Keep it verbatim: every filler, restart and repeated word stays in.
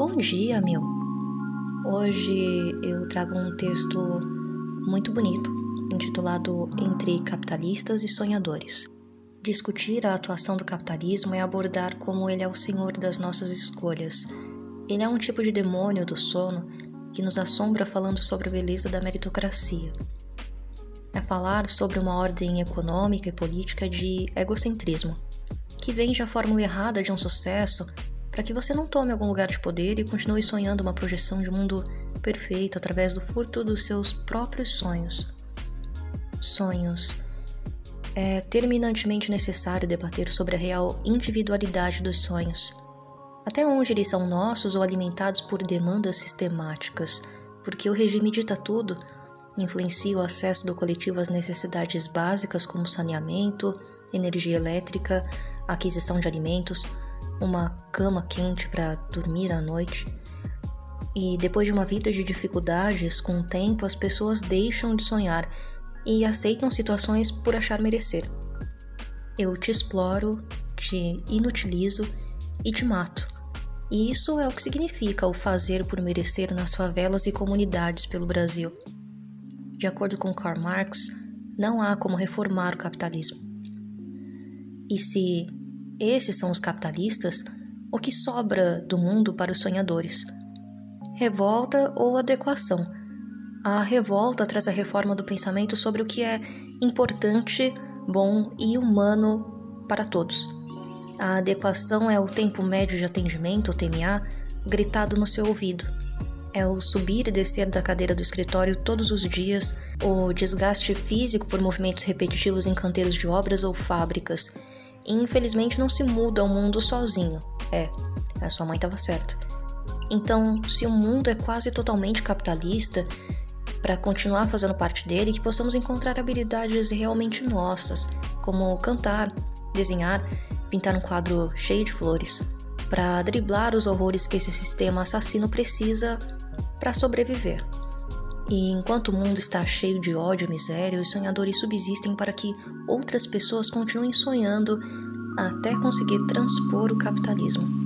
Bom dia, meu! Hoje eu trago um texto muito bonito, intitulado Entre Capitalistas e Sonhadores. Discutir a atuação do capitalismo é abordar como ele é o senhor das nossas escolhas. Ele é um tipo de demônio do sono que nos assombra falando sobre a beleza da meritocracia. É falar sobre uma ordem econômica e política de egocentrismo, que vende a fórmula errada de um sucesso para que você não tome algum lugar de poder e continue sonhando uma projeção de mundo perfeito através do furto dos seus próprios sonhos. Sonhos. É terminantemente necessário debater sobre a real individualidade dos sonhos. Até onde eles são nossos ou alimentados por demandas sistemáticas, porque o regime dita tudo, influencia o acesso do coletivo às necessidades básicas como saneamento, energia elétrica, aquisição de alimentos, uma cama quente para dormir à noite. E depois de uma vida de dificuldades, com o tempo as pessoas deixam de sonhar e aceitam situações por achar merecer. Eu te exploro, te inutilizo e te mato. E isso é o que significa o fazer por merecer nas favelas e comunidades pelo Brasil. De acordo com Karl Marx, não há como reformar o capitalismo. E se esses são os capitalistas, o que sobra do mundo para os sonhadores? Revolta ou adequação? A revolta traz a reforma do pensamento sobre o que é importante, bom e humano para todos. A adequação é o tempo médio de atendimento, o T M A, gritado no seu ouvido. É o subir e descer da cadeira do escritório todos os dias, o desgaste físico por movimentos repetitivos em canteiros de obras ou fábricas. E, infelizmente, não se muda o mundo sozinho. É, a sua mãe estava certa. Então, se o mundo é quase totalmente capitalista, para continuar fazendo parte dele, que possamos encontrar habilidades realmente nossas, como cantar, desenhar, pintar um quadro cheio de flores, para driblar os horrores que esse sistema assassino precisa para sobreviver. E enquanto o mundo está cheio de ódio e miséria, os sonhadores subsistem para que outras pessoas continuem sonhando até conseguir transpor o capitalismo.